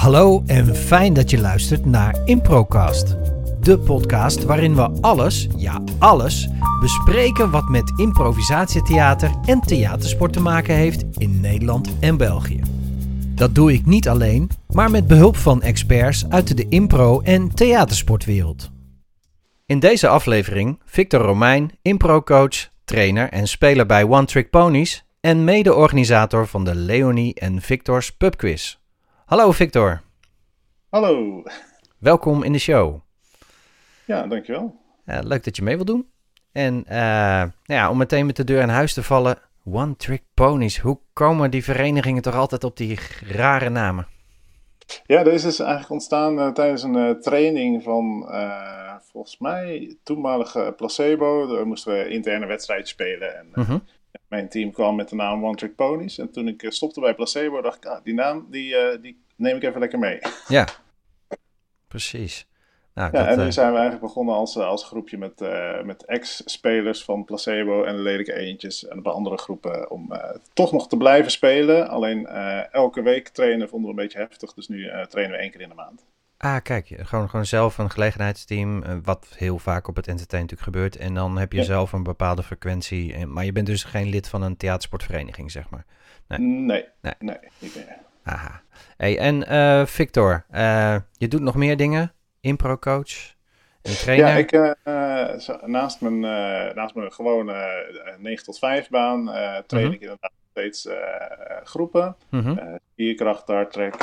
Hallo en fijn dat je luistert naar Improcast. De podcast waarin we alles, ja alles, bespreken wat met improvisatietheater en theatersport te maken heeft in Nederland en België. Dat doe ik niet alleen, maar met behulp van experts uit de impro- en theatersportwereld. In deze aflevering Victor Romein, improcoach, trainer en speler bij One Trick Ponies en mede-organisator van de Leonie en Victor's Pubquiz. Hallo Victor. Hallo. Welkom in de show. Ja, dankjewel. Leuk dat je mee wilt doen. En om meteen met de deur in huis te vallen, One Trick Ponies. Hoe komen die verenigingen toch altijd op die rare namen? Ja, deze is eigenlijk ontstaan tijdens een training van volgens mij toenmalige Placebo. Daar moesten we interne wedstrijden spelen en mijn team kwam met de naam One Trick Ponies. En toen ik stopte bij Placebo dacht ik, die naam die neem ik even lekker mee. Ja, precies. Nou, ja, en nu zijn we eigenlijk begonnen als groepje met ex-spelers van Placebo en lelijke eentjes en een paar andere groepen om toch nog te blijven spelen. Alleen elke week trainen vonden we een beetje heftig, dus nu trainen we 1 keer in de maand. Ah, kijk, gewoon zelf een gelegenheidsteam, wat heel vaak op het entertain natuurlijk gebeurt. En dan heb je zelf een bepaalde frequentie, maar je bent dus geen lid van een theatersportvereniging, zeg maar. Nee, niet meer. Aha. Hey, en Victor, je doet nog meer dingen? Improcoach en trainer? Ja, ik naast mijn gewone 9 tot 5 baan train ik inderdaad steeds groepen. Spierkracht, darttrek,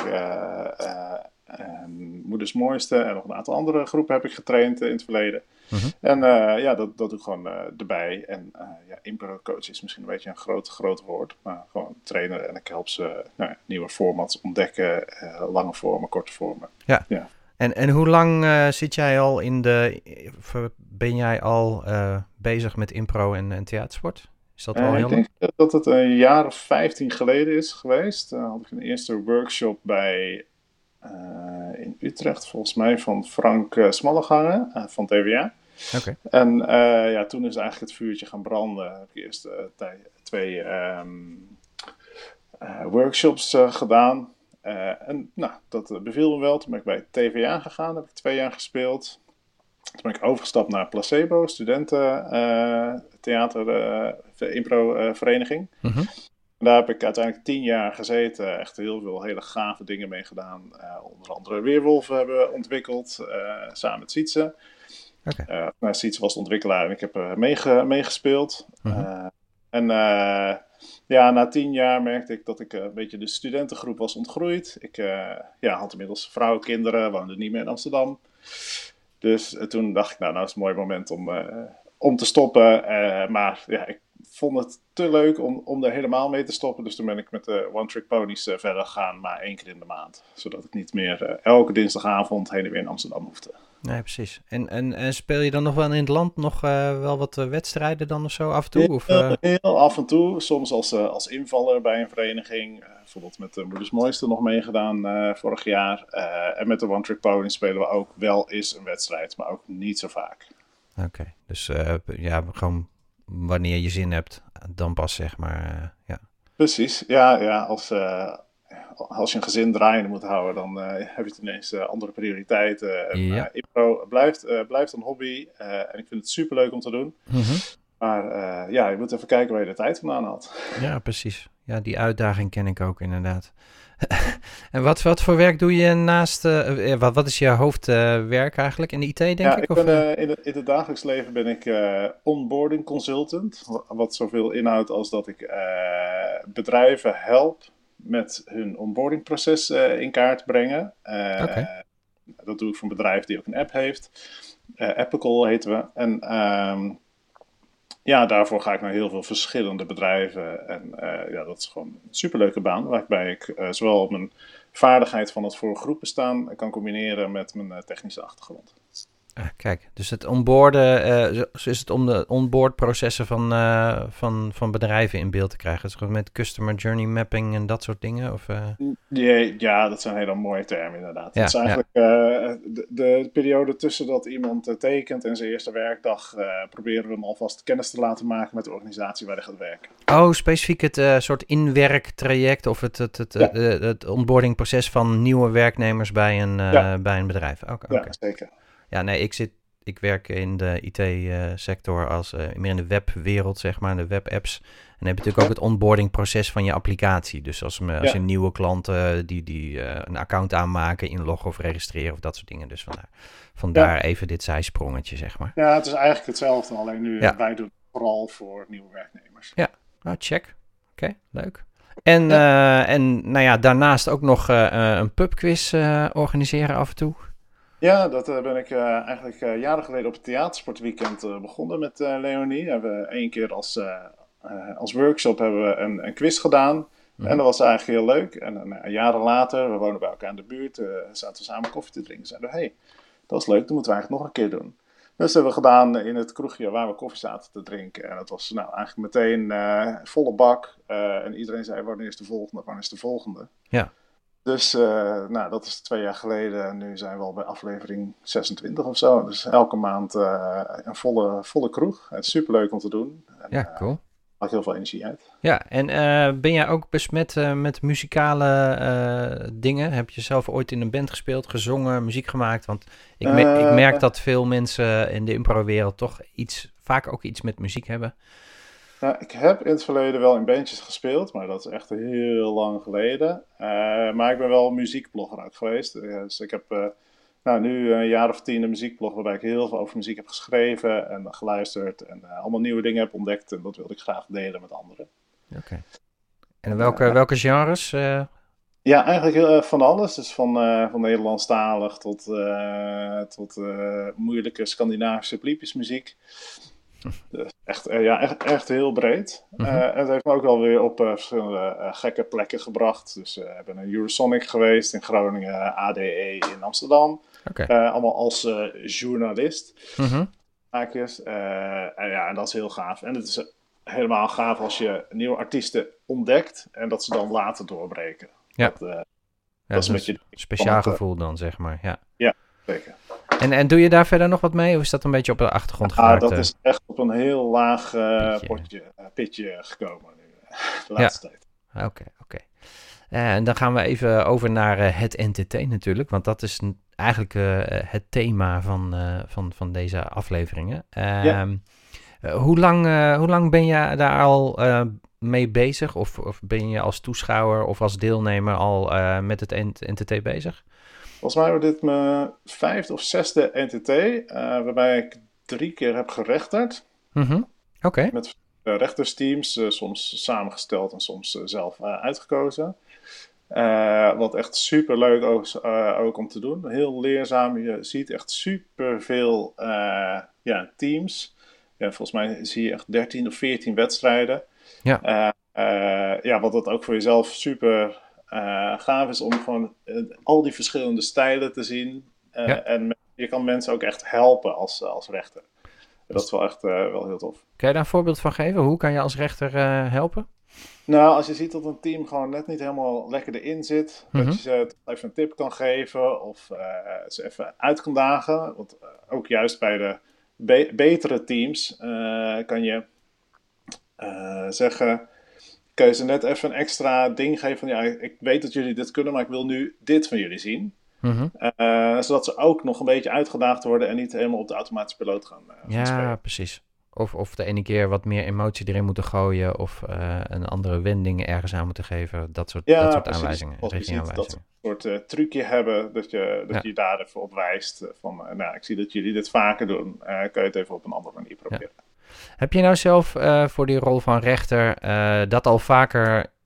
Moeders Mooiste en nog een aantal andere groepen heb ik getraind in het verleden. En dat doe ik gewoon erbij. En improcoach is misschien een beetje een groot woord, maar gewoon trainer en ik help ze nieuwe formats ontdekken, lange vormen, korte vormen. Ja. En hoe lang zit jij al ben jij al bezig met impro en theatersport? Is dat al heel lang? Ik denk dat het een jaar of 15 geleden is geweest. Had ik een eerste workshop bij in Utrecht, volgens mij van Frank Smallegangen van TVA. Okay. En toen is eigenlijk het vuurtje gaan branden. Heb ik eerst 2 workshops gedaan. Dat beviel me wel. Toen ben ik bij TVA gegaan, heb ik 2 jaar gespeeld. Toen ben ik overgestapt naar Placebo, studenten theater impro vereniging. Daar heb ik uiteindelijk 10 jaar gezeten. Echt heel veel hele gave dingen mee gedaan. Onder andere Weerwolven hebben we ontwikkeld, samen met Sietse. Sietse was de ontwikkelaar en ik heb meegespeeld. Na 10 jaar merkte ik dat ik een beetje de studentengroep was ontgroeid. Ik had inmiddels vrouw, kinderen, woonde niet meer in Amsterdam. Dus toen dacht ik, nou is het een mooi moment om te stoppen. Maar ik vond het te leuk om er helemaal mee te stoppen. Dus toen ben ik met de One Trick Ponies verder gegaan, maar 1 keer in de maand. Zodat ik niet meer elke dinsdagavond heen en weer in Amsterdam hoefde. Nee, precies. En speel je dan nog wel in het land nog wel wat wedstrijden dan of zo af en toe? Of, Heel af en toe. Soms als invaller bij een vereniging. Bijvoorbeeld met de Moeders Mooiste nog meegedaan vorig jaar. En met de One Trick Pony spelen we ook wel eens een wedstrijd, maar ook niet zo vaak. Oké, dus gewoon wanneer je zin hebt, dan pas zeg maar. Precies, ja, als je een gezin draaiende moet houden, dan heb je ineens andere prioriteiten. Impro blijft een hobby en ik vind het superleuk om te doen. Maar je moet even kijken waar je de tijd vandaan had. Ja, precies. Ja, die uitdaging ken ik ook inderdaad. En wat voor werk doe je naast... wat is je hoofdwerk eigenlijk? In de IT, denk ik? In het dagelijks leven ben ik onboarding consultant. Wat zoveel inhoudt als dat ik bedrijven help met hun onboardingproces in kaart brengen. Dat doe ik voor een bedrijf die ook een app heeft. Appical heten we. En daarvoor ga ik naar heel veel verschillende bedrijven. En dat is gewoon een superleuke baan. Waarbij ik zowel mijn vaardigheid van het voor groepen staan kan combineren met mijn technische achtergrond. Kijk, dus het onboarden, is het om de onboardprocessen van bedrijven in beeld te krijgen? Dus gewoon met customer journey mapping en dat soort dingen? Of, Ja, dat zijn hele mooie termen inderdaad. Ja, Het is eigenlijk de periode tussen dat iemand tekent en zijn eerste werkdag proberen we hem alvast kennis te laten maken met de organisatie waar hij gaat werken. Oh, specifiek het soort inwerktraject of het onboardingproces van nieuwe werknemers bij een bedrijf. Okay. Ja, zeker. Ja, nee, ik werk in de IT-sector als meer in de webwereld, zeg maar, de webapps. En dan heb je natuurlijk ook het onboardingproces van je applicatie. Dus als je een nieuwe klanten die een account aanmaken, inloggen of registreren of dat soort dingen. Dus vandaar even dit zijsprongetje, zeg maar. Ja, het is eigenlijk hetzelfde, alleen nu wij doen het vooral voor nieuwe werknemers. Ja, nou, check. Oké, leuk. En nou ja, daarnaast ook nog een pubquiz organiseren af en toe. Ja, dat ben ik eigenlijk jaren geleden op het theatersportweekend begonnen met Leonie. We hebben 1 keer als workshop hebben we een quiz gedaan. En dat was eigenlijk heel leuk. En jaren later, we wonen bij elkaar in de buurt, zaten we samen koffie te drinken. Zeiden we, hey, dat is leuk, dat moeten we eigenlijk nog een keer doen. Dus dat hebben we gedaan in het kroegje waar we koffie zaten te drinken. En dat was eigenlijk meteen volle bak. En iedereen zei, wanneer is de volgende? Ja. Dus dat is 2 jaar geleden. En nu zijn we al bij aflevering 26 of zo. Dus elke maand een volle kroeg. Het is superleuk om te doen. En, ja, cool. Maakt heel veel energie uit. Ja, en ben jij ook besmet met muzikale dingen? Heb je zelf ooit in een band gespeeld, gezongen, muziek gemaakt? Want ik merk dat veel mensen in de improwereld toch vaak ook iets met muziek hebben. Nou, ik heb in het verleden wel in bandjes gespeeld, maar dat is echt heel lang geleden. Maar ik ben wel muziekblogger ook geweest. Dus ik heb nu een jaar of 10 een muziekblog waarbij ik heel veel over muziek heb geschreven en geluisterd en allemaal nieuwe dingen heb ontdekt. En dat wilde ik graag delen met anderen. Oké. En welke genres? Ja, eigenlijk van alles. Dus van Nederlandstalig tot moeilijke Scandinavische pliepjesmuziek. Dus echt heel breed. En het heeft me ook wel weer op verschillende gekke plekken gebracht. Dus we hebben een Eurosonic geweest in Groningen, ADE in Amsterdam. Allemaal als journalist. En dat is heel gaaf. En het is helemaal gaaf als je nieuwe artiesten ontdekt en dat ze dan later doorbreken. Ja, dat is een beetje een speciaal gevoel dan, zeg maar. Ja, zeker. En doe je daar verder nog wat mee? Of is dat een beetje op de achtergrond geraakt? Dat is echt op een heel laag pitje gekomen nu, de laatste tijd. Oké. En dan gaan we even over naar het NTT natuurlijk. Want dat is eigenlijk het thema van deze afleveringen. Hoe lang ben je daar al mee bezig? Of ben je als toeschouwer of als deelnemer al met het NTT bezig? Volgens mij wordt dit mijn 5e of 6e NTT, waarbij ik 3 keer heb gerechterd. Oké. Met rechtersteams, soms samengesteld en soms zelf uitgekozen. Wat echt super leuk ook om te doen. Heel leerzaam. Je ziet echt super veel teams. Ja, volgens mij zie je echt 13 of 14 wedstrijden. Wat dat ook voor jezelf super gaaf is om gewoon al die verschillende stijlen te zien. En je kan mensen ook echt helpen als rechter. Dat is wel echt wel heel tof. Kan je daar een voorbeeld van geven? Hoe kan je als rechter helpen? Nou, als je ziet dat een team gewoon net niet helemaal lekker erin zit, dat je ze even een tip kan geven of ze even uit kan dagen. Want ook juist bij de betere teams kan je zeggen, kan je ze net even een extra ding geven van ik weet dat jullie dit kunnen, maar ik wil nu dit van jullie zien. Zodat ze ook nog een beetje uitgedaagd worden en niet helemaal op de automatische piloot gaan spelen. Ja, precies. Of de ene keer wat meer emotie erin moeten gooien of een andere wending ergens aan moeten geven. Dat soort aanwijzingen. Als je ziet dat ze een soort trucje hebben, dat je daar even op wijst. Van, ik zie dat jullie dit vaker doen. Kan je het even op een andere manier proberen. Ja. Heb je nou zelf voor die rol van rechter dat al vaker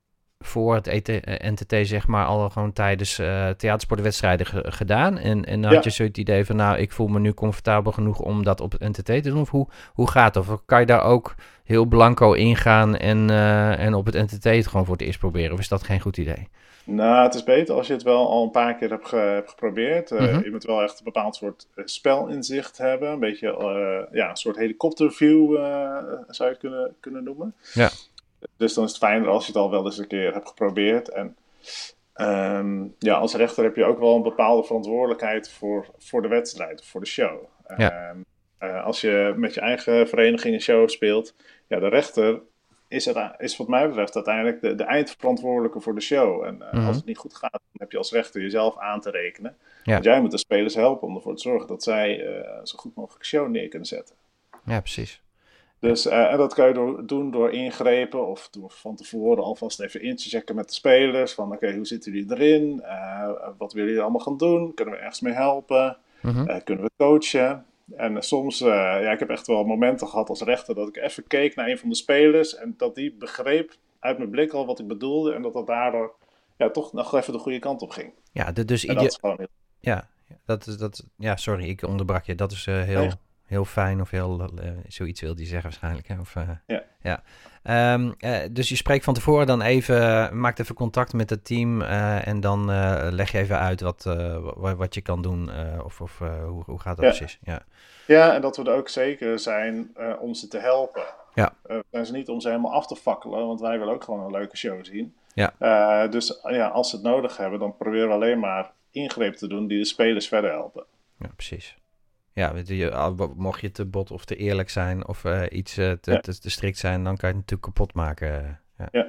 voor het NTT zeg maar al gewoon tijdens theatersportwedstrijden gedaan. En dan Ja. had je zo het idee van nou, ik voel me nu comfortabel genoeg om dat op het NTT te doen. Of hoe gaat dat? Of kan je daar ook heel blanco ingaan en op het NTT het gewoon voor het eerst proberen? Of is dat geen goed idee? Nou, het is beter als je het wel al een paar keer hebt geprobeerd. Mhm. Je moet wel echt een bepaald soort spelinzicht hebben. Een beetje een soort helikopterview zou je het kunnen noemen. Ja. Dus dan is het fijner als je het al wel eens een keer hebt geprobeerd. En als rechter heb je ook wel een bepaalde verantwoordelijkheid voor de wedstrijd, voor de show. Ja. Als je met je eigen vereniging een show speelt, ja, de rechter is wat mij betreft uiteindelijk de eindverantwoordelijke voor de show. En als het niet goed gaat, dan heb je als rechter jezelf aan te rekenen. Ja. Want jij moet de spelers helpen om ervoor te zorgen dat zij zo goed mogelijk show neer kunnen zetten. Ja, precies. Dus, en dat kan je doen door ingrepen of door van tevoren alvast even in te checken met de spelers. Van oké, hoe zitten jullie erin? Wat willen jullie allemaal gaan doen? Kunnen we ergens mee helpen? Kunnen we coachen? En soms, ik heb echt wel momenten gehad als rechter dat ik even keek naar een van de spelers. En dat die begreep uit mijn blik al wat ik bedoelde. En dat daardoor toch nog even de goede kant op ging. Ja, dus en dat is gewoon heel... Ja, sorry, ik onderbrak je. Dat is heel fijn of heel... zoiets wilde je zeggen waarschijnlijk. Hè? Of, ja. Dus je spreekt van tevoren dan even... maakt even contact met het team... en dan leg je even uit wat je kan doen. Hoe gaat dat precies? Ja, en dat we er ook zeker zijn om ze te helpen. Ja. We zijn ze niet om ze helemaal af te fakkelen... want wij willen ook gewoon een leuke show zien. Ja. Dus als ze het nodig hebben... dan proberen we alleen maar ingrepen te doen... die de spelers verder helpen. Ja, precies. Ja, mocht je te bot of te eerlijk zijn of iets te strikt zijn, dan kan je het natuurlijk kapot maken. Ja.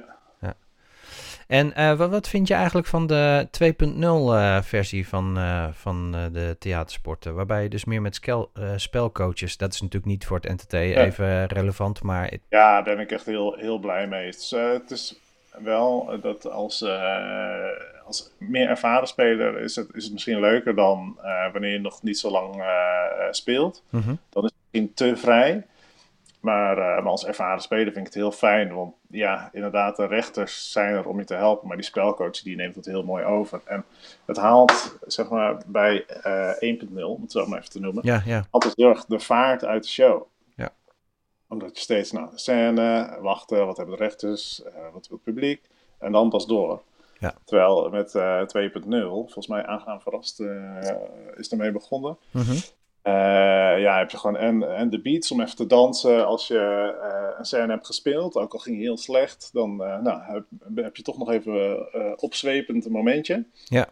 En wat vind je eigenlijk van de 2.0 versie van de theatersporten, waarbij je dus meer met spelcoaches, dat is natuurlijk niet voor het NTT even relevant, maar... Ja, daar ben ik echt heel, heel blij mee. Het is wel dat als meer ervaren speler is het misschien leuker dan wanneer je nog niet zo lang speelt. Dan is het misschien te vrij. Maar als ervaren speler vind ik het heel fijn. Want ja, inderdaad, de rechters zijn er om je te helpen. Maar die spelcoach die neemt het heel mooi over. En het haalt, zeg maar, bij 1.0, om het zo maar even te noemen. Altijd heel erg de vaart uit de show. Ja. Omdat je steeds de scène, wachten, wat hebben de rechters, wat wil het publiek. En dan pas door. Ja. Terwijl met 2.0, volgens mij aangenaam verrast, is ermee begonnen. Heb je gewoon en de beats om even te dansen als je een scène hebt gespeeld. Ook al ging heel slecht, dan heb je toch nog even opzwepend een momentje. Ja.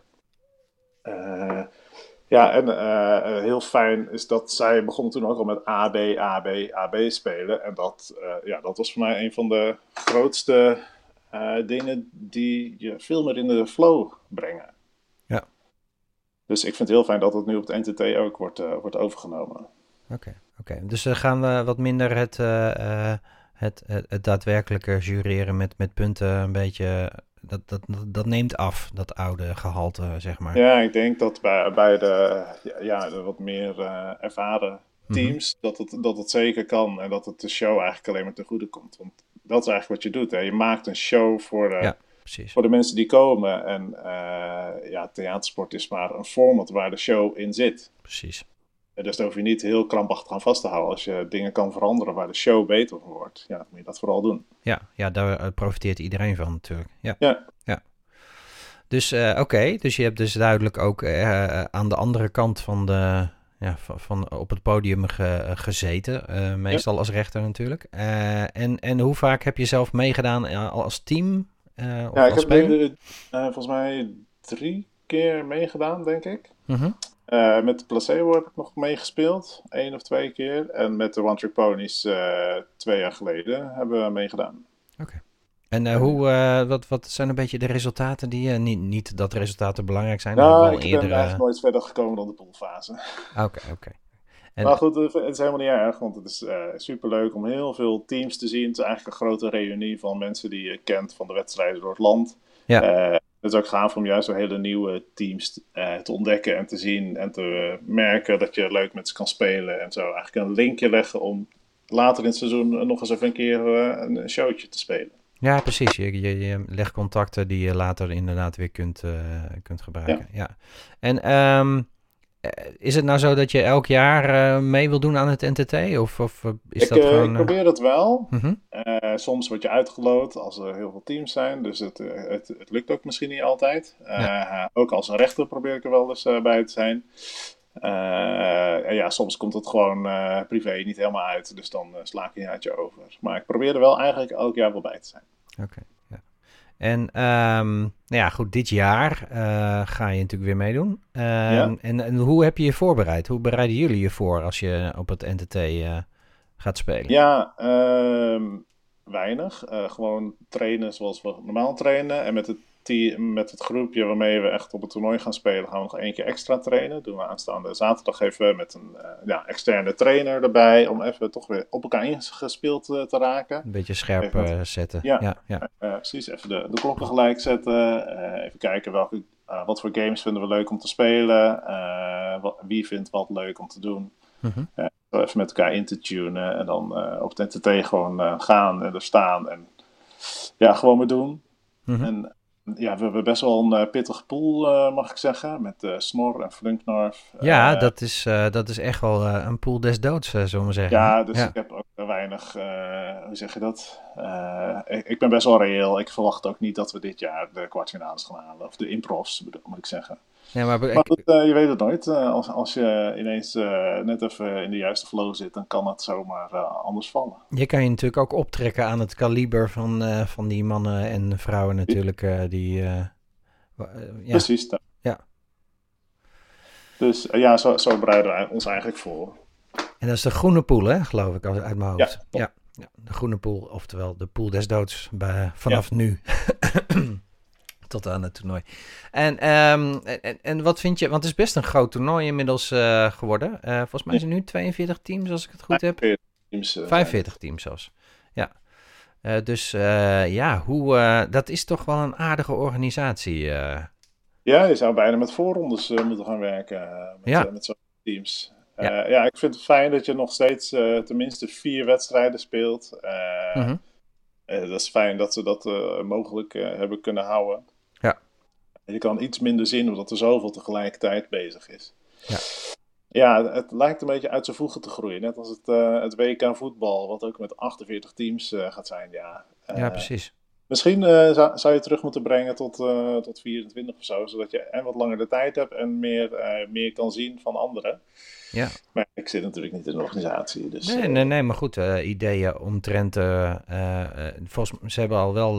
Heel fijn is dat zij begonnen toen ook al met AB, AB, AB spelen. En dat was voor mij een van de grootste dingen die je veel meer in de flow brengen. Ja. Dus ik vind het heel fijn dat het nu op het NTT ook wordt overgenomen. Oké. Dus gaan we wat minder het daadwerkelijke jureren met punten een beetje... Dat neemt af, dat oude gehalte, zeg maar. Ja, ik denk dat bij de wat meer ervaren teams... dat het zeker kan en dat het de show eigenlijk alleen maar ten goede komt. Want dat is eigenlijk wat je doet. Hè. Je maakt een show voor de mensen die komen. En theatersport is maar een format waar de show in zit. Precies. Dus daar hoef je niet heel krampachtig aan vast te houden. Als je dingen kan veranderen waar de show beter van wordt, dan moet je dat vooral doen. Ja, daar profiteert iedereen van natuurlijk. Ja. Dus dus je hebt dus duidelijk ook aan de andere kant van op het podium gezeten. Meestal als rechter natuurlijk. En hoe vaak heb je zelf meegedaan als team? Ik heb nu volgens mij 3 keer meegedaan, denk ik. Met de Placebo heb ik nog meegespeeld, 1 of 2 keer. En met de One Trick Ponies 2 jaar geleden hebben we meegedaan. Oké. En wat zijn een beetje de resultaten die je... Niet dat resultaten belangrijk zijn. Nou, ik ben eigenlijk nooit verder gekomen dan de poolfase. Oké. Maar goed, het is helemaal niet erg, want het is superleuk om heel veel teams te zien. Het is eigenlijk een grote reunie van mensen die je kent van de wedstrijden door het land. Ja. Het is ook gaaf om juist weer hele nieuwe teams te ontdekken en te zien en te merken dat je leuk met ze kan spelen. En zo eigenlijk een linkje leggen om later in het seizoen nog eens even een keer een showtje te spelen. Ja, precies. Je legt contacten die je later inderdaad weer kunt gebruiken. Ja. En is het nou zo dat je elk jaar mee wil doen aan het NTT? Of is dat gewoon... Ik probeer het wel. Mhm. Soms word je uitgeloot als er heel veel teams zijn. Dus het lukt ook misschien niet altijd. Ook als een rechter probeer ik er wel eens bij te zijn. En ja, soms komt het gewoon privé niet helemaal uit. Dus dan sla ik een jaartje over. Maar ik probeer er wel eigenlijk elk jaar wel bij te zijn. Oké, ja. En nou ja, goed, dit jaar ga je natuurlijk weer meedoen. En hoe heb je je voorbereid? Hoe bereiden jullie je voor als je op het NTT gaat spelen? Ja, weinig. Gewoon trainen zoals we normaal trainen. En met het groepje waarmee we echt op het toernooi gaan spelen, gaan we nog 1 keer extra trainen. Doen we aanstaande zaterdag even met een externe trainer erbij. Om even toch weer op elkaar ingespeeld te raken. Een beetje scherp zetten. Ja. Precies. Even de klokken gelijk zetten. Even kijken wat voor games vinden we leuk om te spelen. Wie vindt wat leuk om te doen. Mhm. Even met elkaar in te tunen. En dan op het NTT gewoon gaan en er staan. En ja, gewoon maar doen. Mhm. En ja, we hebben best wel een pittige pool, mag ik zeggen. Met Snor en Flunknarf. Ja, dat is echt wel een pool des doods, zullen we zeggen. Ja, dus ik heb ook weinig, hoe zeg je dat? Ik ben best wel reëel. Ik verwacht ook niet dat we dit jaar de kwartfinales gaan halen. Of de improvs, moet ik zeggen. Ja, maar goed, je weet het nooit. Als je ineens net even in de juiste flow zit, dan kan het zomaar anders vallen. Je kan je natuurlijk ook optrekken aan het kaliber van die mannen en vrouwen natuurlijk. Ja. Precies. Ja. Dus ja, zo bereiden wij ons eigenlijk voor. En dat is de groene pool, hè, geloof ik, uit mijn hoofd. Ja, de groene pool, oftewel de pool des doods vanaf nu. Tot aan het toernooi. En wat vind je, want het is best een groot toernooi inmiddels geworden. Volgens mij zijn er nu 42 teams, als ik het goed heb. 45 teams zelfs. Ja. Dat is toch wel een aardige organisatie. Ja, je zou bijna met voorrondes moeten gaan werken met zo'n teams. Ik vind het fijn dat je nog steeds tenminste 4 wedstrijden speelt. Dat is fijn dat ze dat mogelijk hebben kunnen houden. Ja. Je kan iets minder zien omdat er zoveel tegelijkertijd bezig is. Ja. Ja, het lijkt een beetje uit zijn voegen te groeien. Net als het WK voetbal, wat ook met 48 teams gaat zijn. Ja, precies. Misschien zou je terug moeten brengen tot 24 of zo. Zodat je wat langer de tijd hebt en meer kan zien van anderen. Ja. Maar ik zit natuurlijk niet in de organisatie. Dus, nee, maar goed. Ideeën omtrent... ze hebben al wel...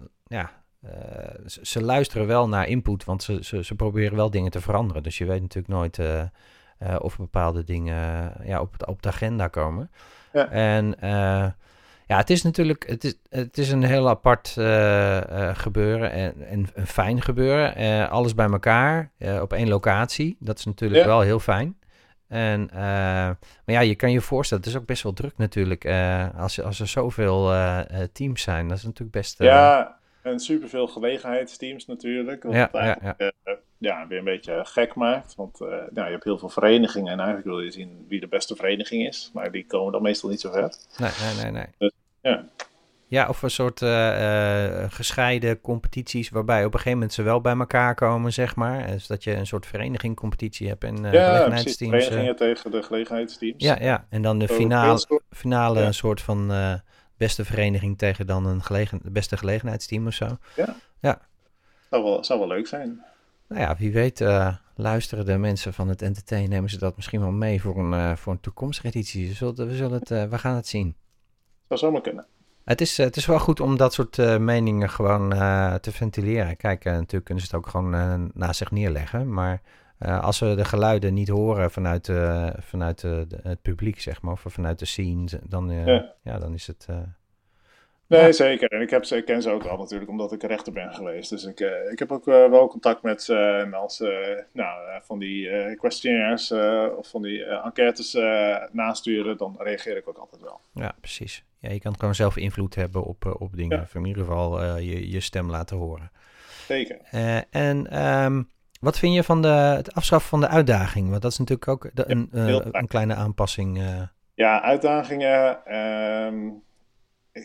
ze luisteren wel naar input, want ze proberen wel dingen te veranderen. Dus je weet natuurlijk nooit of bepaalde dingen op de agenda komen. Ja. En het is natuurlijk het is een heel apart gebeuren en een fijn gebeuren. Alles bij elkaar op 1 locatie. Dat is natuurlijk wel heel fijn. Maar je kan je voorstellen, het is ook best wel druk natuurlijk. Als er zoveel teams zijn, dat is natuurlijk best... En superveel gelegenheidsteams natuurlijk. Wat weer een beetje gek maakt. Want je hebt heel veel verenigingen en eigenlijk wil je zien wie de beste vereniging is. Maar die komen dan meestal niet zo ver. Nee. Dus, ja, of een soort gescheiden competities waarbij op een gegeven moment ze wel bij elkaar komen, zeg maar. Dus dat je een soort verenigingcompetitie hebt en gelegenheidsteams. Precies. Verenigingen tegen de gelegenheidsteams. Ja. En dan de finale een soort van... beste vereniging tegen dan een beste gelegenheidsteam of zo. Ja. Zou wel leuk zijn. Nou ja, wie weet luisteren de mensen van het NTT, nemen ze dat misschien wel mee voor een toekomstige editie. We gaan het zien. Zou zomaar kunnen. Het is wel goed om dat soort meningen gewoon te ventileren. Kijk, natuurlijk kunnen ze het ook gewoon naast zich neerleggen, maar... als we de geluiden niet horen vanuit het publiek, zeg maar, of vanuit de scene, dan is het... Nee, zeker. En ik ken ze ook al natuurlijk, omdat ik rechter ben geweest. Dus ik heb ook wel contact met ze. En als ze van die questionnaires of van die enquêtes nasturen, dan reageer ik ook altijd wel. Ja, precies. Ja, je kan gewoon zelf invloed hebben op dingen. Of in ieder geval je stem laten horen. Zeker. Wat vind je van het afschaffen van de uitdaging? Want dat is natuurlijk ook een kleine aanpassing. Ja, uitdagingen.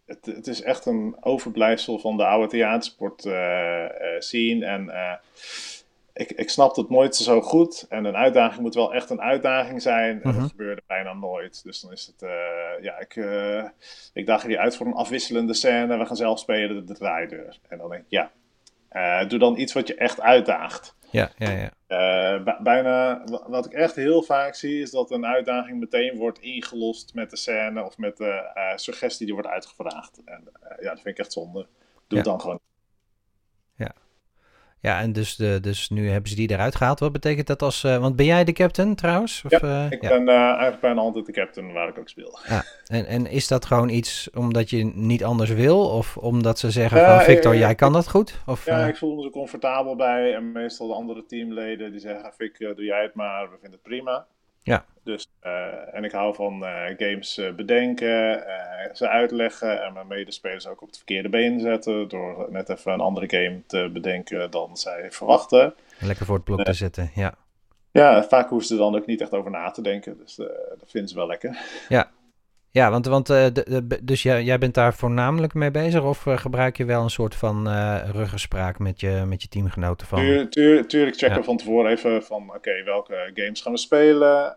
het is echt een overblijfsel van de oude theatersport scene. En ik snap het nooit zo goed. En een uitdaging moet wel echt een uitdaging zijn. En dat gebeurde bijna nooit. Dus dan is het, ik daag jullie uit voor een afwisselende scène. We gaan zelf spelen de draaideur. En dan denk ik, doe dan iets wat je echt uitdaagt. Ja. Bijna, wat ik echt heel vaak zie, is dat een uitdaging meteen wordt ingelost met de scène of met de suggestie die wordt uitgevraagd. En dat vind ik echt zonde. Doe het dan gewoon. Ja, en dus nu hebben ze die eruit gehaald. Wat betekent dat als... want ben jij de captain trouwens? Of, Ik ben eigenlijk bijna altijd de captain waar ik ook speel. Ja. En is dat gewoon iets omdat je niet anders wil? Of omdat ze zeggen van Victor, jij kan dat goed? Of, ik voel me er comfortabel bij. En meestal de andere teamleden die zeggen, Vic, doe jij het maar. We vinden het prima. Ja. Dus, en ik hou van games bedenken, ze uitleggen en mijn medespelers ook op het verkeerde been zetten door net even een andere game te bedenken dan zij verwachten. Lekker voor het blok te zetten, ja. Ja, vaak hoeven ze er dan ook niet echt over na te denken, dus dat vinden ze wel lekker. Ja, want dus jij bent daar voornamelijk mee bezig of gebruik je wel een soort van ruggenspraak met je teamgenoten van? Tuurlijk checken we van tevoren even van oké, welke games gaan we spelen,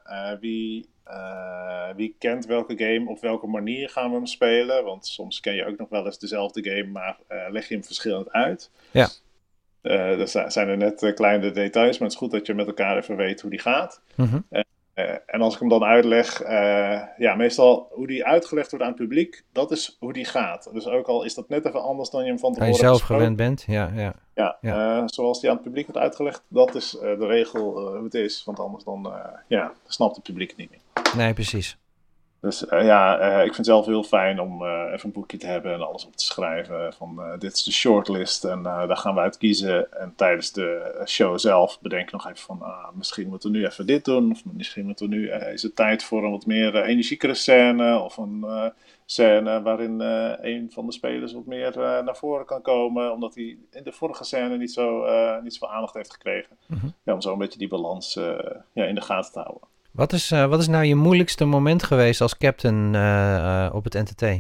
wie kent welke game, op welke manier gaan we hem spelen, want soms ken je ook nog wel eens dezelfde game, maar leg je hem verschillend uit. Ja. Er zijn er net kleine details, maar het is goed dat je met elkaar even weet hoe die gaat. Mm-hmm. En als ik hem dan uitleg, meestal hoe die uitgelegd wordt aan het publiek, dat is hoe die gaat. Dus ook al is dat net even anders dan je hem van tevoren je zelf gewend bent, ja. Zoals die aan het publiek wordt uitgelegd, dat is de regel hoe het is. Want anders dan snapt het publiek het niet meer. Nee, precies. Dus ik vind het zelf heel fijn om even een boekje te hebben en alles op te schrijven. Van dit is de shortlist en daar gaan we uit kiezen. En tijdens de show zelf bedenk ik nog even van misschien moeten we nu even dit doen. Of misschien moeten we nu, is het tijd voor een wat meer energiekere scène. Of een scène waarin een van de spelers wat meer naar voren kan komen. Omdat hij in de vorige scène niet zoveel aandacht heeft gekregen. Mm-hmm. Ja, om zo een beetje die balans in de gaten te houden. Wat is nou je moeilijkste moment geweest als captain op het NTT?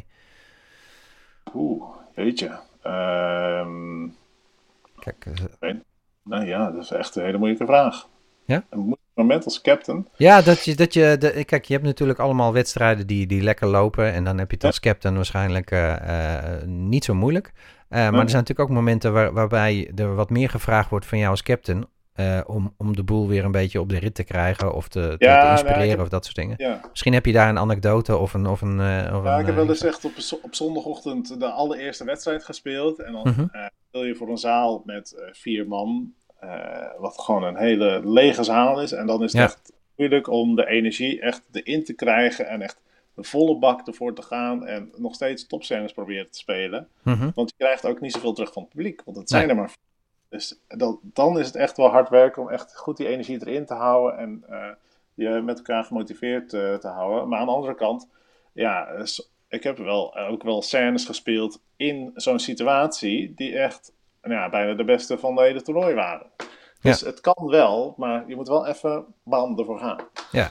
Weet je. Kijk, dat is echt een hele moeilijke vraag. Ja? Een moeilijk moment als captain? Ja, kijk, je hebt natuurlijk allemaal wedstrijden die lekker lopen. En dan heb je het als captain waarschijnlijk niet zo moeilijk. Maar er zijn natuurlijk ook momenten waarbij er wat meer gevraagd wordt van jou als captain. Om de boel weer een beetje op de rit te krijgen of te inspireren of dat soort dingen. Ja. Misschien heb je daar een anekdote of een ik heb wel eens echt op zondagochtend de allereerste wedstrijd gespeeld. En dan speel je voor een zaal met 4 man. Wat gewoon een hele lege zaal is. En dan is het echt moeilijk om de energie echt erin te krijgen. En echt de volle bak ervoor te gaan. En nog steeds topscènes proberen te spelen. Mm-hmm. Want je krijgt ook niet zoveel terug van het publiek. Want het zijn er maar 4. Dus dan is het echt wel hard werken om echt goed die energie erin te houden en je met elkaar gemotiveerd te houden. Maar aan de andere kant, ik heb ook wel scènes gespeeld in zo'n situatie die echt bijna de beste van de hele toernooi waren. Dus het kan wel, maar je moet wel even banden ervoor gaan. Ja,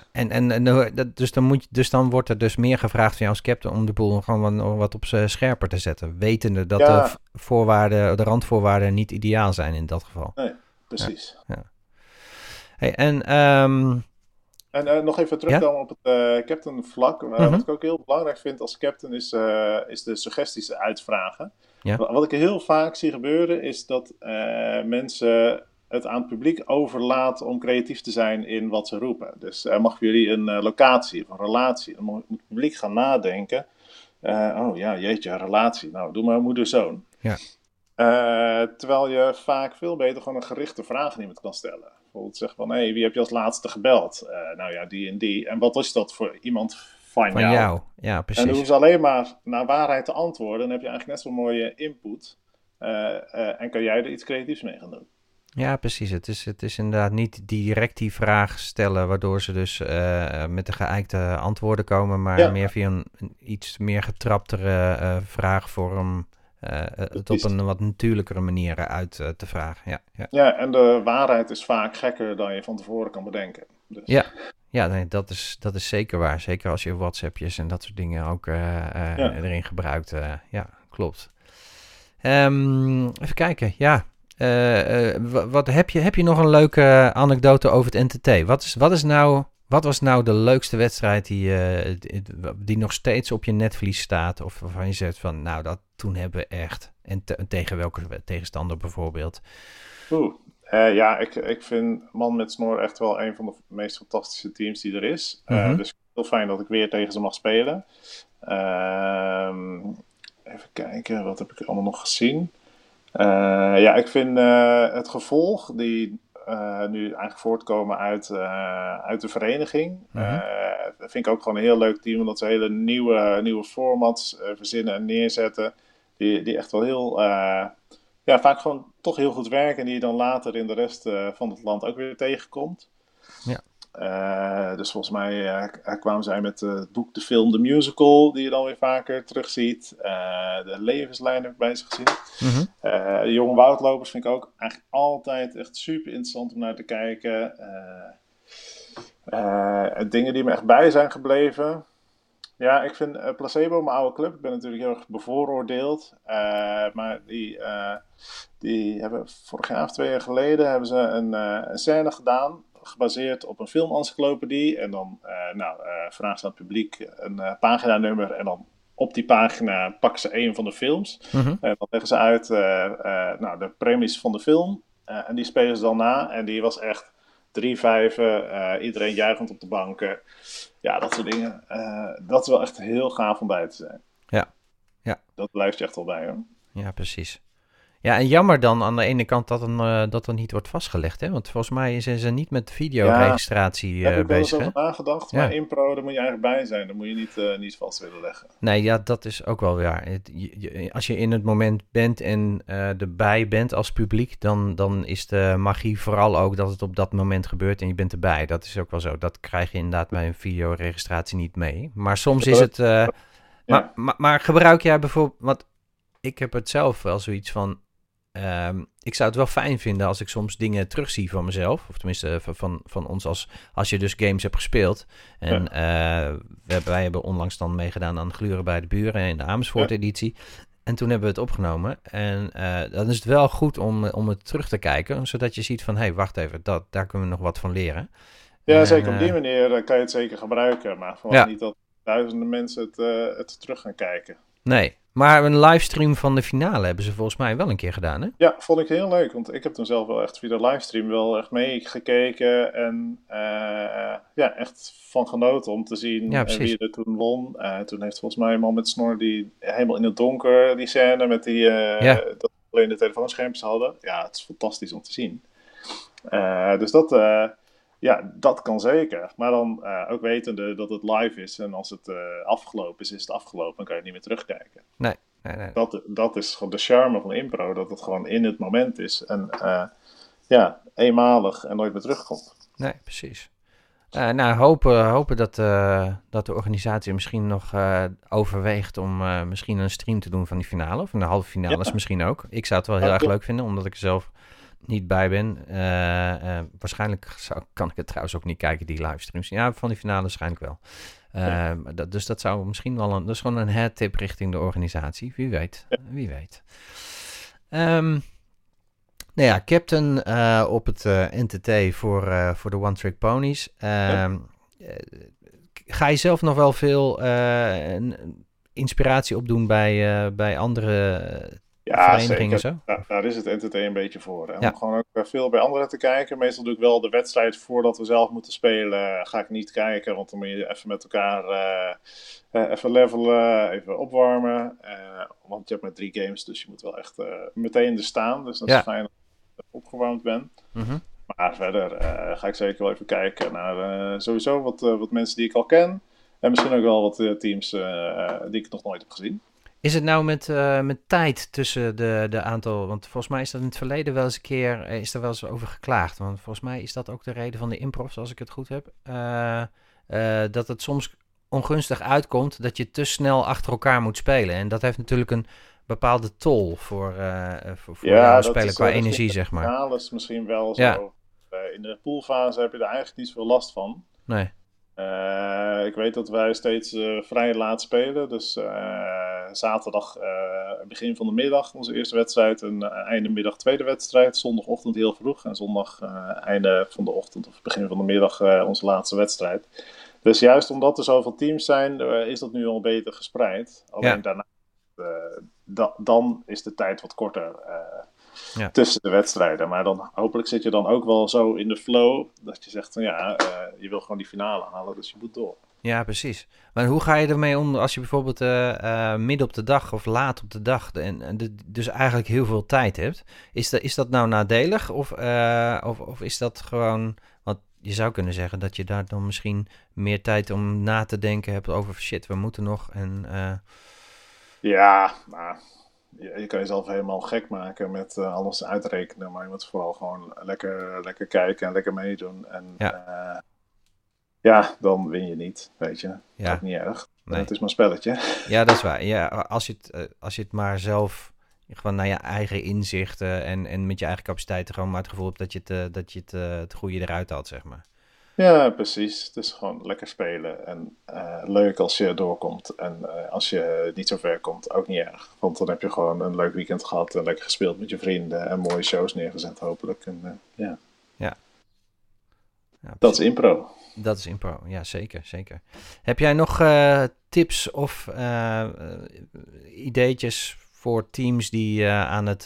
dus dan wordt er dus meer gevraagd van jou als captain om de boel gewoon wat op scherper te zetten. Wetende dat de randvoorwaarden niet ideaal zijn in dat geval. Nee, precies. Ja. Hey, en nog even terugkomen op het captain vlak. Wat ik ook heel belangrijk vind als captain is de suggesties uitvragen. Ja. Wat ik heel vaak zie gebeuren is dat mensen het aan het publiek overlaat om creatief te zijn in wat ze roepen. Dus mag voor jullie een locatie of een relatie. Dan moet het publiek gaan nadenken. Jeetje, relatie. Nou, doe maar moeder-zoon. Ja. Terwijl je vaak veel beter gewoon een gerichte vraag aan iemand kan stellen. Bijvoorbeeld zeggen van, wie heb je als laatste gebeld? Die en die. En wat is dat voor iemand van jou? Ja, precies. En dan hoeven ze alleen maar naar waarheid te antwoorden. Dan heb je eigenlijk net zo'n mooie input. En kan jij er iets creatiefs mee gaan doen. Ja, precies. Het is inderdaad niet direct die vraag stellen, waardoor ze dus met de geëikte antwoorden komen, maar meer via een iets meer getraptere vraagvorm het op een wat natuurlijkere manier uit te vragen. Ja, en de waarheid is vaak gekker dan je van tevoren kan bedenken. Dus. Ja, nee, dat is zeker waar. Zeker als je WhatsAppjes en dat soort dingen ook erin gebruikt. Ja, klopt. Even kijken, ja. Wat heb je nog een leuke anekdote over het NTT? Wat was nou de leukste wedstrijd die nog steeds op je netvlies staat? Of waarvan je zegt van, nou, toen hebben we echt. En tegen welke tegenstander bijvoorbeeld? Ja, ik vind Man met Snor echt wel een van de meest fantastische teams die er is. Dus heel fijn dat ik weer tegen ze mag spelen. Even kijken, wat heb ik allemaal nog gezien? Ja, ik vind het gevolg die nu eigenlijk voortkomen uit de vereniging. Dat vind ik ook gewoon een heel leuk team, omdat ze hele nieuwe formats verzinnen en neerzetten. Die echt wel heel, vaak gewoon toch heel goed werken. En die je dan later in de rest van het land ook weer tegenkomt. Ja. Dus volgens mij kwamen zij met het boek, de film, de musical, die je dan weer vaker terugziet. De levenslijn heb ik bij ze gezien. De jonge woudlopers vind ik ook eigenlijk altijd echt super interessant om naar te kijken. Dingen die me echt bij zijn gebleven. Ja, ik vind Placebo, mijn oude club, ik ben natuurlijk heel erg bevooroordeeld. Maar die hebben vorig jaar of 2 jaar geleden hebben ze een scène gedaan, gebaseerd op een filmencyclopedie. En dan vragen ze aan het publiek een paginanummer en dan op die pagina pakken ze een van de films. Dan leggen ze uit de premise van de film. En die spelen ze dan na. En die was echt 3-5, iedereen juichend op de banken. Ja, dat soort dingen. Dat is wel echt heel gaaf om bij te zijn. Ja. Dat blijft je echt wel bij, hoor. Ja, precies. Ja, en jammer dan aan de ene kant dat er niet wordt vastgelegd, hè? Want volgens mij zijn ze niet met videoregistratie bezig. Daar heb ik wel eens over nagedacht, Ja. maar impro, daar moet je eigenlijk bij zijn. Daar moet je niet vast willen leggen. Nee, ja, dat is ook wel waar. Als je in het moment bent en erbij bent als publiek, dan is de magie vooral ook dat het op dat moment gebeurt en je bent erbij. Dat is ook wel zo. Dat krijg je inderdaad bij een videoregistratie niet mee. Maar soms is het... Maar gebruik jij bijvoorbeeld... Want ik heb het zelf wel zoiets van... ik zou het wel fijn vinden als ik soms dingen terugzie van mezelf. Of tenminste van ons als je dus games hebt gespeeld. En wij hebben onlangs dan meegedaan aan Gluren bij de Buren in de Amersfoort editie. En toen hebben we het opgenomen. En dan is het wel goed om het terug te kijken. Zodat je ziet van, hé, wacht even, daar kunnen we nog wat van leren. Ja, zeker op die manier kan je het zeker gebruiken. Maar gewoon niet dat duizenden mensen het terug gaan kijken. Nee, maar een livestream van de finale hebben ze volgens mij wel een keer gedaan, hè? Ja, vond ik heel leuk. Want ik heb toen zelf wel echt via de livestream wel echt meegekeken. En echt van genoten om te zien wie er toen won. Toen heeft volgens mij een man met snor die helemaal in het donker die scène met die... dat alleen de telefoonschermpjes hadden. Ja, het is fantastisch om te zien. Dus dat kan zeker. Maar dan ook wetende dat het live is. En als het afgelopen is het afgelopen. Dan kan je het niet meer terugkijken. Nee. Dat is gewoon de charme van impro. Dat het gewoon in het moment is. En eenmalig en nooit meer terugkomt. Nee, precies. Hopen dat de organisatie misschien nog overweegt om misschien een stream te doen van die finale. Of een halve finales misschien ook. Ik zou het wel heel erg leuk vinden, omdat ik er zelf niet bij ben. Waarschijnlijk kan ik het trouwens ook niet kijken, die livestreams. Ja, van die finale waarschijnlijk wel. Dus dat zou misschien wel dat is gewoon een headtip richting de organisatie. Wie weet. Captain op het NTT voor de One Trick Ponies. Ga je zelf nog wel veel inspiratie opdoen bij andere verenigingen? Zeker. Zo? Daar is het NTT een beetje voor. Hè? Om gewoon ook veel bij anderen te kijken. Meestal doe ik wel de wedstrijd voordat we zelf moeten spelen. Ga ik niet kijken, want dan moet je even met elkaar even levelen, even opwarmen. Want je hebt maar 3 games, dus je moet wel echt meteen er staan. Dus dat is fijn dat ik opgewarmd ben. Maar verder ga ik zeker wel even kijken naar sowieso wat mensen die ik al ken. En misschien ook wel wat teams die ik nog nooit heb gezien. Is het nou met tijd tussen de aantal... Want volgens mij is dat in het verleden wel eens een keer... is er wel eens over geklaagd. Want volgens mij is dat ook de reden van de improv, als ik het goed heb. Dat het soms ongunstig uitkomt dat je te snel achter elkaar moet spelen. En dat heeft natuurlijk een bepaalde tol voor jou spelen qua energie, zeg maar. Ja, dat is misschien wel zo. In de poolfase heb je er eigenlijk niet zoveel last van. Nee. Ik weet dat wij steeds vrij laat spelen. Dus zaterdag begin van de middag onze eerste wedstrijd. En einde middag tweede wedstrijd. Zondagochtend heel vroeg. En zondag einde van de ochtend of begin van de middag onze laatste wedstrijd. Dus juist omdat er zoveel teams zijn, is dat nu al beter gespreid. Alleen daarna, dan is de tijd wat korter tussen de wedstrijden. Maar dan hopelijk zit je dan ook wel zo in de flow dat je zegt van je wil gewoon die finale halen, dus je moet door. Ja, precies. Maar hoe ga je ermee om als je bijvoorbeeld midden op de dag of laat op de dag dus eigenlijk heel veel tijd hebt? Is dat nou nadelig of is dat gewoon... Want je zou kunnen zeggen dat je daar dan misschien meer tijd om na te denken hebt over shit, we moeten nog en... Ja, maar je kan jezelf helemaal gek maken met alles uitrekenen, maar je moet vooral gewoon lekker kijken en lekker meedoen. En dan win je niet, weet je. Dat is ook niet erg. Nee. Het is maar een spelletje. Ja, dat is waar. Ja, als je het maar zelf gewoon naar je eigen inzichten en met je eigen capaciteiten gewoon maar het gevoel hebt dat je het goede eruit had, zeg maar. Ja, precies. Het is gewoon lekker spelen en leuk als je doorkomt. En als je niet zo ver komt, ook niet erg. Want dan heb je gewoon een leuk weekend gehad en lekker gespeeld met je vrienden en mooie shows neergezet hopelijk. En, ja, dat is impro. Dat is impro, ja, zeker. Heb jij nog tips of ideetjes voor teams die aan het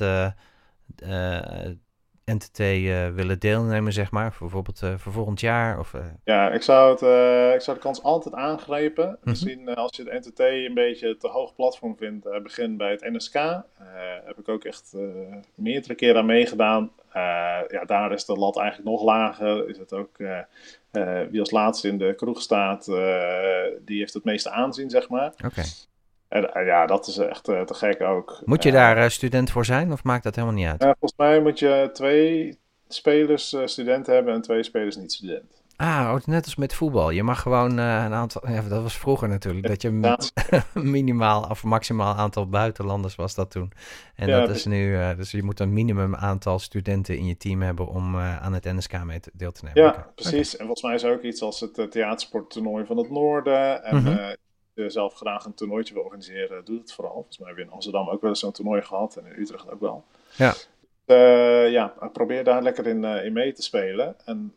NTT willen deelnemen, zeg maar? Bijvoorbeeld voor volgend jaar? Ja, ik zou de kans altijd aangrijpen. Misschien als je de NTT een beetje te hoog platform vindt, begin bij het NSK. Heb ik ook echt meerdere keren aan meegedaan. Daar is de lat eigenlijk nog lager. Is het ook wie als laatste in de kroeg staat, die heeft het meeste aanzien, zeg maar. Oké. En dat is echt te gek ook. Moet je daar student voor zijn of maakt dat helemaal niet uit? Volgens mij moet je 2 spelers student hebben en 2 spelers niet student. Net als met voetbal. Je mag gewoon een aantal... Ja, dat was vroeger natuurlijk. Dat je minimaal of maximaal aantal buitenlanders was dat toen. En dat is nu... dus je moet een minimum aantal studenten in je team hebben om aan het NSK mee deel te nemen. Ja, precies. En volgens mij is ook iets als het theatersporttoernooi van het Noorden. En zelf graag een toernooitje wil organiseren, doe het vooral. Volgens mij hebben we in Amsterdam ook wel eens zo'n toernooi gehad. En in Utrecht ook wel. Ja. Probeer daar lekker in mee te spelen. En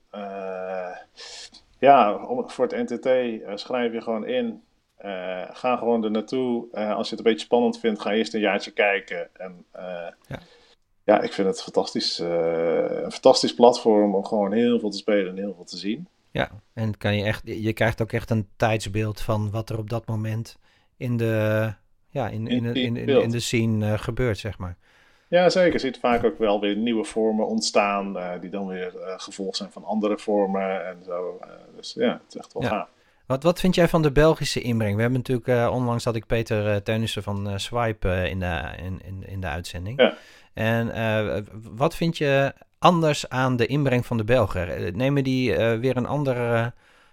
voor het NTT schrijf je gewoon in. Ga gewoon er naartoe. Als je het een beetje spannend vindt, ga eerst een jaartje kijken. En ik vind het een fantastisch platform om gewoon heel veel te spelen en heel veel te zien. Ja, en je krijgt ook echt een tijdsbeeld van wat er op dat moment in de scene gebeurt, zeg maar. Ja, zeker. Je ziet vaak ook wel weer nieuwe vormen ontstaan, die dan weer gevolg zijn van andere vormen en zo. Dus ja, het is echt wel gaaf. Wat vind jij van de Belgische inbreng? We hebben natuurlijk, onlangs had ik Peter Teunissen van Swipe in de uitzending. Ja. En wat vind je anders aan de inbreng van de Belgen? Nemen die weer een ander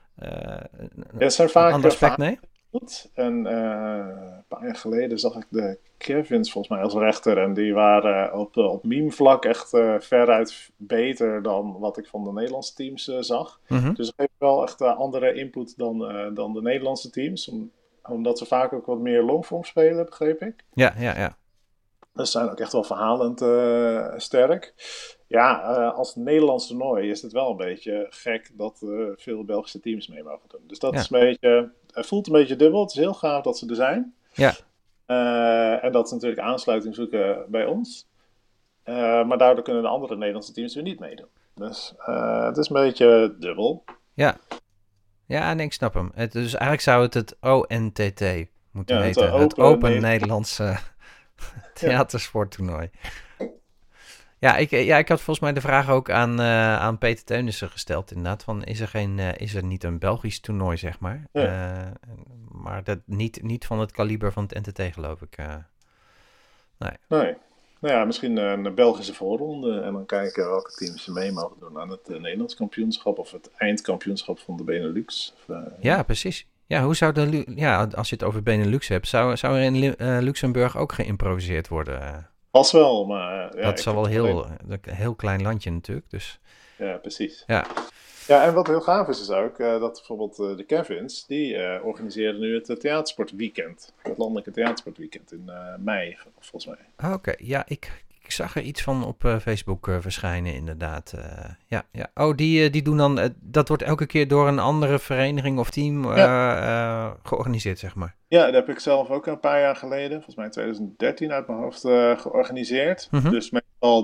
aspect mee? Goed. En een paar jaar geleden zag ik de Kevins volgens mij als rechter. En die waren op meme-vlak echt veruit beter dan wat ik van de Nederlandse teams zag. Mm-hmm. Dus dat geeft wel echt andere input dan de Nederlandse teams. Omdat ze vaak ook wat meer longform spelen, begreep ik. Ja. Dus zijn ook echt wel verhalend sterk. Ja, als Nederlands toernooi is het wel een beetje gek dat veel Belgische teams mee mogen doen. Dus dat is een beetje... Het voelt een beetje dubbel. Het is heel gaaf dat ze er zijn. Ja. En dat ze natuurlijk aansluiting zoeken bij ons. Maar daardoor kunnen de andere Nederlandse teams weer niet meedoen. Dus het is een beetje dubbel. Ja. Ja, nee, ik snap hem. Dus eigenlijk zou het ONTT moeten heten. Het Open Nederlandse Theatersporttoernooi. Ja, ik had volgens mij de vraag ook aan Peter Teunissen gesteld inderdaad. Van, is er niet een Belgisch toernooi, zeg maar? Ja. Maar dat niet van het kaliber van het NTT, geloof ik. Nee. Nou ja, misschien een Belgische voorronde. En dan kijken welke teams mee mogen doen aan het Nederlands kampioenschap. Of het eindkampioenschap van de Benelux. Ja, precies. Ja, als je het over Benelux hebt, zou er in Luxemburg ook geïmproviseerd worden? Pas wel, maar... dat is wel een heel klein landje natuurlijk, dus... Ja, precies. Ja. Ja, en wat heel gaaf is ook dat bijvoorbeeld de Kevins, die organiseren nu het theatersportweekend. Het landelijke theatersportweekend in mei, volgens mij. Oké, ja, ik zag er iets van op Facebook verschijnen, inderdaad. Ja. Oh, die doen dan, dat wordt elke keer door een andere vereniging of team georganiseerd, zeg maar. Ja, dat heb ik zelf ook een paar jaar geleden, volgens mij 2013 uit mijn hoofd, georganiseerd. Mhm. Dus meestal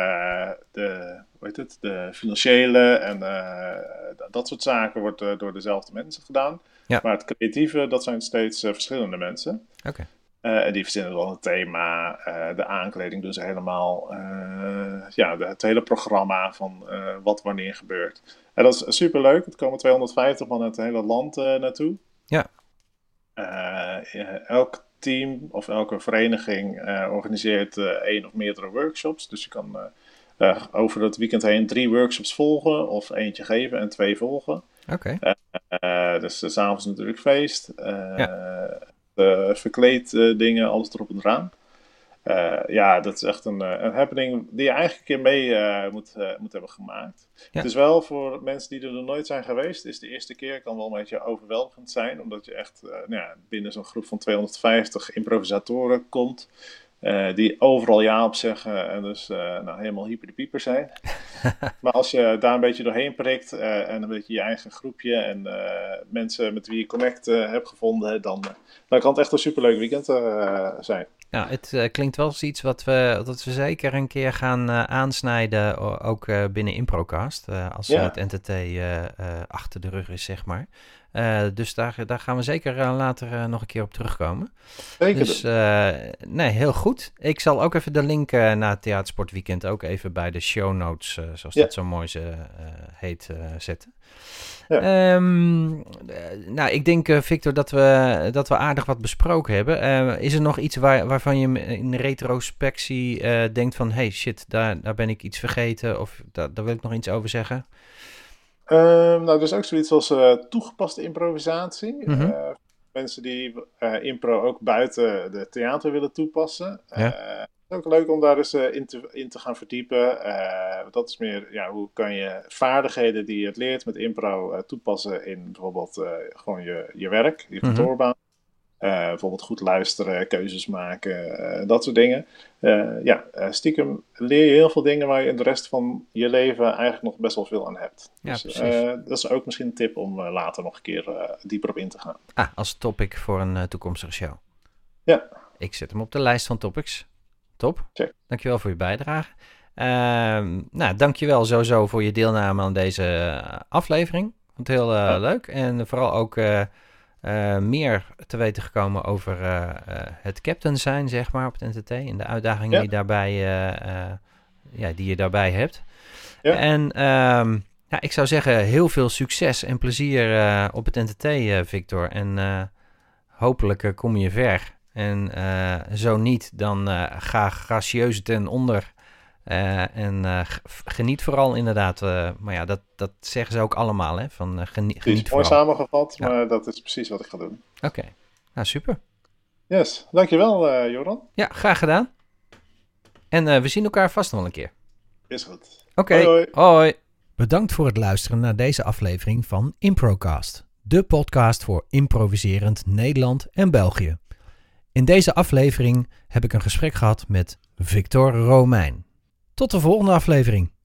de financiële en dat soort zaken wordt door dezelfde mensen gedaan. Ja. Maar het creatieve, dat zijn steeds verschillende mensen. Oké. En die verzinnen dan het thema, de aankleding doen ze helemaal. Het hele programma van wat wanneer gebeurt. En dat is superleuk. Er komen 250 man uit het hele land naartoe. Ja. Elk team of elke vereniging organiseert 1 of meerdere workshops. Dus je kan over het weekend heen 3 workshops volgen of eentje geven en 2 volgen. Oké. Dus 's avonds natuurlijk feest. Verkleed dingen, alles erop en eraan. Dat is echt een happening die je eigenlijk een keer mee moet hebben gemaakt. Ja. Het is wel voor mensen die er nog nooit zijn geweest, is de eerste keer kan wel een beetje overweldigend zijn, omdat je echt binnen zo'n groep van 250 improvisatoren komt, die overal ja op zeggen en dus helemaal hyper de pieper zijn. Maar als je daar een beetje doorheen prikt en een beetje je eigen groepje en mensen met wie je connect hebt gevonden, dan kan het echt een superleuk weekend zijn. Nou, het klinkt wel als iets wat we zeker een keer gaan aansnijden, ook binnen Improcast, als het NTT achter de rug is, zeg maar. Dus daar gaan we zeker later nog een keer op terugkomen. Zeker. Dus nee, heel goed. Ik zal ook even de link naar het Theatersportweekend ook even bij de show notes, zoals dat zo mooi heet, zetten. Ja. Ik denk, Victor, dat we aardig wat besproken hebben. Is er nog iets waarvan je in retrospectie denkt van, hey shit, daar ben ik iets vergeten of daar wil ik nog iets over zeggen? Er is ook zoiets als toegepaste improvisatie. Mm-hmm. Mensen die impro ook buiten de theater willen toepassen. Het is ook leuk om daar eens in te gaan verdiepen. Dat is meer, hoe kan je vaardigheden die je het leert met impro toepassen in bijvoorbeeld gewoon je werk, je kantoorbaan. Bijvoorbeeld goed luisteren, keuzes maken, dat soort dingen. Stiekem leer je heel veel dingen waar je in de rest van je leven eigenlijk nog best wel veel aan hebt. Ja, dus dat is ook misschien een tip om later nog een keer dieper op in te gaan. Als topic voor een toekomstige show. Ja. Ik zet hem op de lijst van topics. Top. Check. Dankjewel voor je bijdrage. Dankjewel sowieso voor je deelname aan deze aflevering. Ik vond het heel leuk. En vooral ook meer te weten gekomen over het captain zijn, zeg maar, op het NTT. En de uitdagingen die je daarbij hebt. Ja. En ik zou zeggen, heel veel succes en plezier op het NTT, Victor. En hopelijk kom je ver. En zo niet, dan ga gracieus ten onder. Geniet vooral inderdaad. Maar dat zeggen ze ook allemaal. Hè, van, geniet mooi vooral. Samengevat, maar dat is precies wat ik ga doen. Oké. Nou super. Yes, dankjewel Joran. Ja, graag gedaan. En we zien elkaar vast nog wel een keer. Is goed. Oké, hoi. Bedankt voor het luisteren naar deze aflevering van Improcast. De podcast voor improviserend Nederland en België. In deze aflevering heb ik een gesprek gehad met Victor Romein. Tot de volgende aflevering.